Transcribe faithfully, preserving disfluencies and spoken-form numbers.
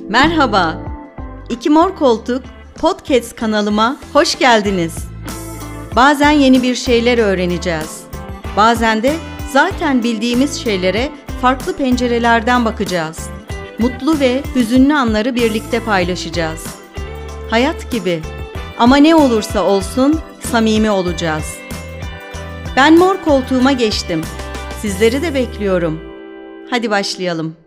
Merhaba, İki Mor Koltuk Podcast kanalıma hoş geldiniz. Bazen yeni bir şeyler öğreneceğiz. Bazen de zaten bildiğimiz şeylere farklı pencerelerden bakacağız. Mutlu ve hüzünlü anları birlikte paylaşacağız. Hayat gibi ama ne olursa olsun samimi olacağız. Ben mor koltuğuma geçtim. Sizleri de bekliyorum. Hadi başlayalım.